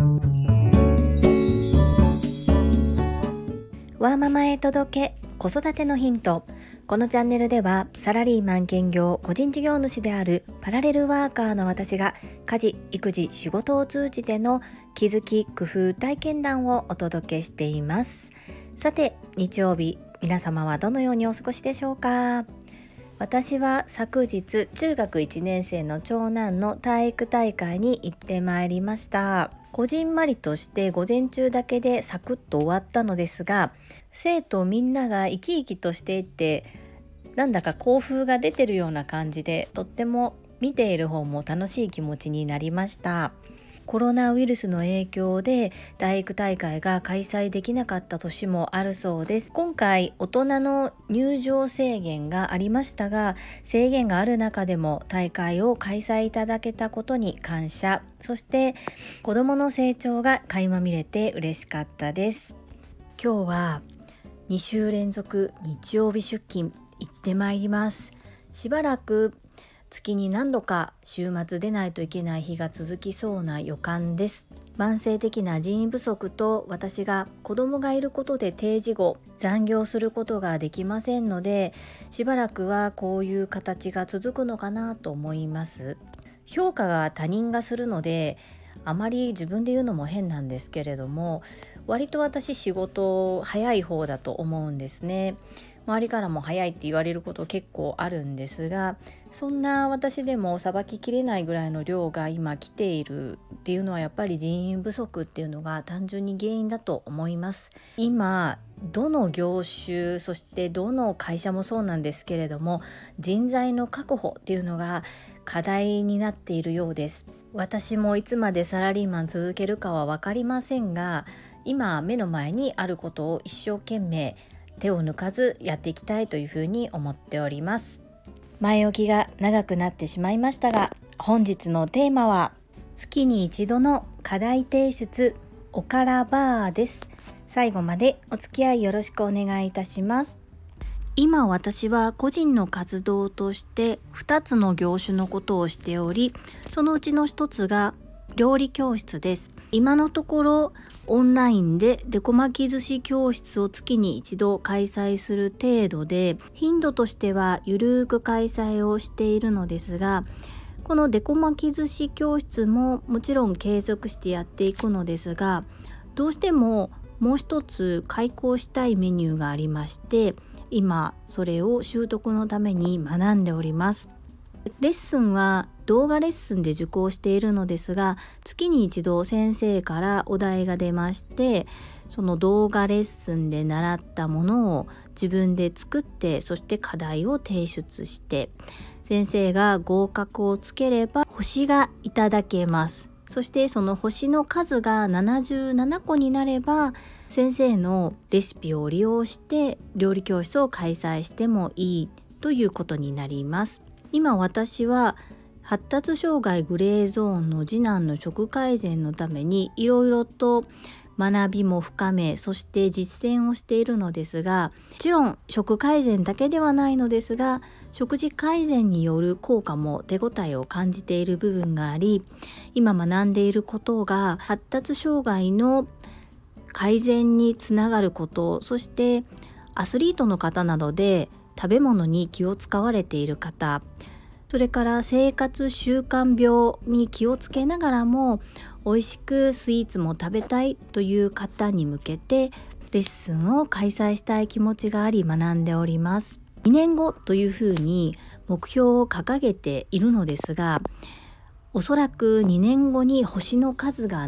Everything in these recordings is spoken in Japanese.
ワーママへ届け子育てのヒント。このチャンネルではサラリーマン兼業個人事業主であるパラレルワーカーの私が家事、育児、仕事を通じての気づき、工夫、体験談をお届けしています。さて、日曜日、皆様はどのようにお過ごしでしょうか。私は昨日中学1年生の長男の体育大会に行ってまいりました。こじんまりとして午前中だけでサクッと終わったのですが、生徒みんなが生き生きとしていて、なんだか興奮が出てるような感じで、とっても見ている方も楽しい気持ちになりました。コロナウイルスの影響で体育大会が開催できなかった年もあるそうです。今回大人の入場制限がありましたが、制限がある中でも大会を開催いただけたことに感謝、そして子どもの成長が垣間見れて嬉しかったです。今日は2週連続日曜日出勤行ってまいります。しばらく月に何度か週末出ないといけない日が続きそうな予感です。慢性的な人員不足と、私が子供がいることで定時後残業することができませんので、しばらくはこういう形が続くのかなと思います。評価が他人がするので、あまり自分で言うのも変なんですけれども、割と私仕事早い方だと思うんですね。周りからも早いって言われること結構あるんですが、そんな私でもさばききれないぐらいの量が今来ているっていうのは、やっぱり人員不足っていうのが単純に原因だと思います。今どの業種、そしてどの会社もそうなんですけれども、人材の確保っていうのが課題になっているようです。私もいつまでサラリーマン続けるかは分かりませんが、今目の前にあることを一生懸命手を抜かずやっていきたいというふうに思っております。前置きが長くなってしまいましたが、本日のテーマは月に一度の課題提出おからバーです。最後までお付き合いよろしくお願いいたします。今私は個人の活動として2つの業種のことをしており、そのうちの1つが料理教室です。今のところオンラインでデコ巻き寿司教室を月に一度開催する程度で、頻度としてはゆるく開催をしているのですが、このデコ巻き寿司教室ももちろん継続してやっていくのですが、どうしてももう一つ開講したいメニューがありまして、今それを習得のために学んでおります。レッスンは動画レッスンで受講しているのですが、月に一度先生からお題が出まして、その動画レッスンで習ったものを自分で作って、そして課題を提出して、先生が合格をつければ星がいただけます。そしてその星の数が77個になれば、先生のレシピを利用して料理教室を開催してもいいということになります。今私は発達障害グレーゾーンの次男の食改善のためにいろいろと学びも深め、そして実践をしているのですが、もちろん食改善だけではないのですが、食事改善による効果も手応えを感じている部分があり、今学んでいることが発達障害の改善につながること、そしてアスリートの方などで食べ物に気を使われている方、それから生活習慣病に気をつけながらも美味しくスイーツも食べたいという方に向けてレッスンを開催したい気持ちがあり学んでおります。2年後というふうに目標を掲げているのですが、おそらく2年後に星の数が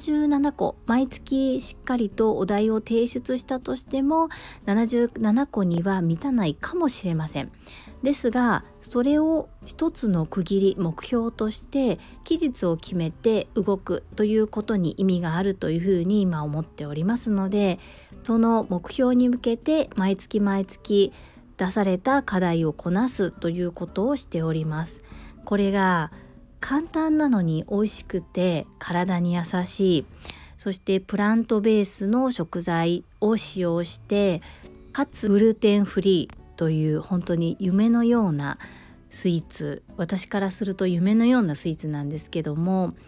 77個、毎月しっかりとお題を提出したとしても77個には満たないかもしれません。ですが、それを一つの区切り、目標として期日を決めて動くということに意味があるというふうに今思っておりますので、その目標に向けて毎月毎月出された課題をこなすということをしております。これが簡単なのに美味しくて体に優しい、そしてプラントベースの食材を使用して、かつグルテンフリーという本当に夢のようなスイーツ、私からすると夢のようなスイーツなんですけども、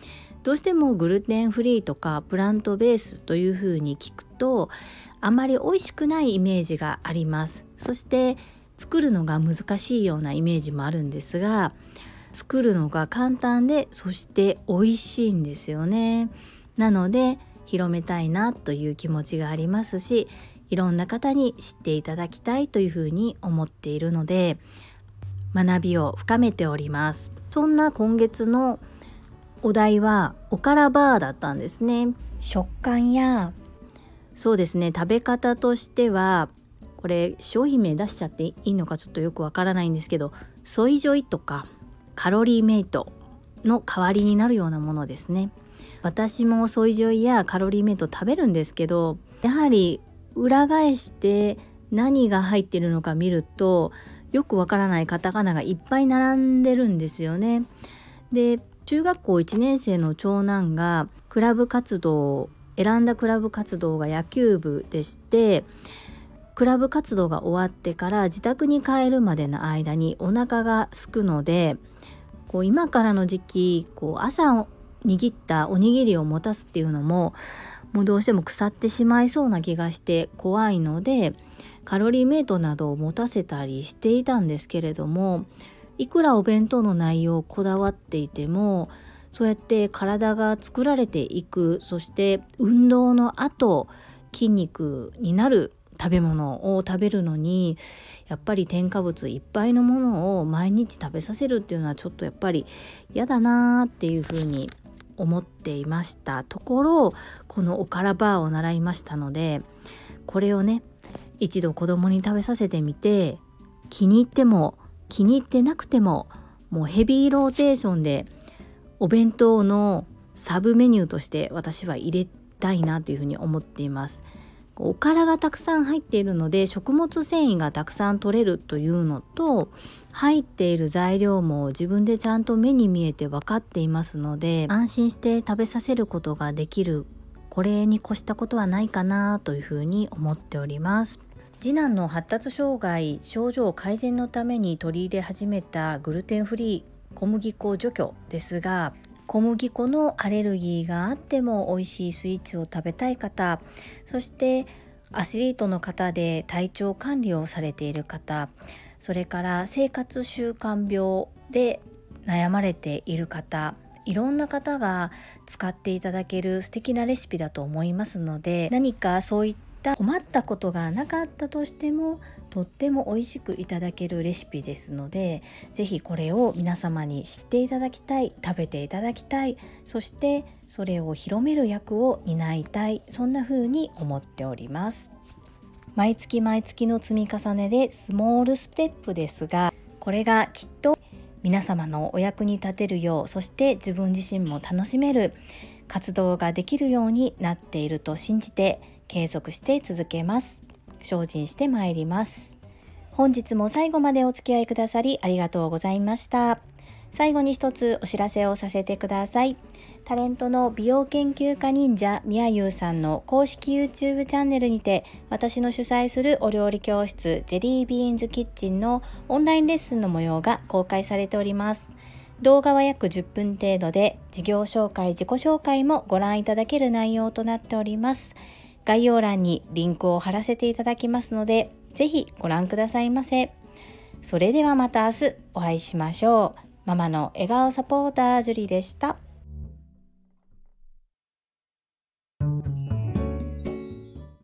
どうしてもグルテンフリーとかプラントベースというふうに聞くとあまり美味しくないイメージがあります。そして作るのが難しいようなイメージもあるんですが、作るのが簡単でそして美味しいんですよね。なので広めたいなという気持ちがありますし、いろんな方に知っていただきたいというふうに思っているので、学びを深めております。そんな今月のお題はおからバーだったんですね。食感やそうですね、食べ方としてはこれ商品名出しちゃっていいのかちょっとよくわからないんですけど、ソイジョイとかカロリーメイトの代わりになるようなものですね。私もソイジョイやカロリーメイト食べるんですけど、やはり裏返して何が入っているのか見るとよくわからないカタカナがいっぱい並んでるんですよね。で、中学校1年生の長男がクラブ活動、選んだクラブ活動が野球部でして、クラブ活動が終わってから自宅に帰るまでの間にお腹が空くので、今からの時期朝握ったおにぎりを持たすっていうのももうどうしても腐ってしまいそうな気がして怖いので、カロリーメイトなどを持たせたりしていたんですけれども、いくらお弁当の内容をこだわっていてもそうやって体が作られていく、そして運動の後筋肉になる食べ物を食べるのにやっぱり添加物いっぱいのものを毎日食べさせるっていうのはちょっとやっぱり嫌だなっていうふうに思っていましたところ、このおからバーを習いましたので、これをね一度子供に食べさせてみて、気に入っても気に入ってなくてももうヘビーローテーションでお弁当のサブメニューとして私は入れたいなというふうに思っています。おからがたくさん入っているので食物繊維がたくさん取れるというのと、入っている材料も自分でちゃんと目に見えて分かっていますので安心して食べさせることができる、これに越したことはないかなというふうに思っております。次男の発達障害症状改善のために取り入れ始めたグルテンフリー小麦粉除去ですが、小麦粉のアレルギーがあっても美味しいスイーツを食べたい方、そしてアスリートの方で体調管理をされている方、それから生活習慣病で悩まれている方、いろんな方が使っていただける素敵なレシピだと思いますので、何かそういった困ったことがなかったとしてもとっても美味しくいただけるレシピですので、ぜひこれを皆様に知っていただきたい、食べていただきたい、そしてそれを広める役を担いたい、そんな風に思っております。毎月毎月の積み重ねでスモールステップですが、これがきっと皆様のお役に立てるよう、そして自分自身も楽しめる活動ができるようになっていると信じて継続して続けます。精進してまいります。本日も最後までお付き合いくださりありがとうございました。最後に一つお知らせをさせてください。タレントの美容研究家忍者みやゆうさんの公式 YouTube チャンネルにて、私の主催するお料理教室ジェリービーンズキッチンのオンラインレッスンの模様が公開されております。動画は約10分程度で、事業紹介、自己紹介もご覧いただける内容となっております。概要欄にリンクを貼らせていただきますので、ぜひご覧くださいませ。それではまた明日お会いしましょう。ママの笑顔サポータージュリでした。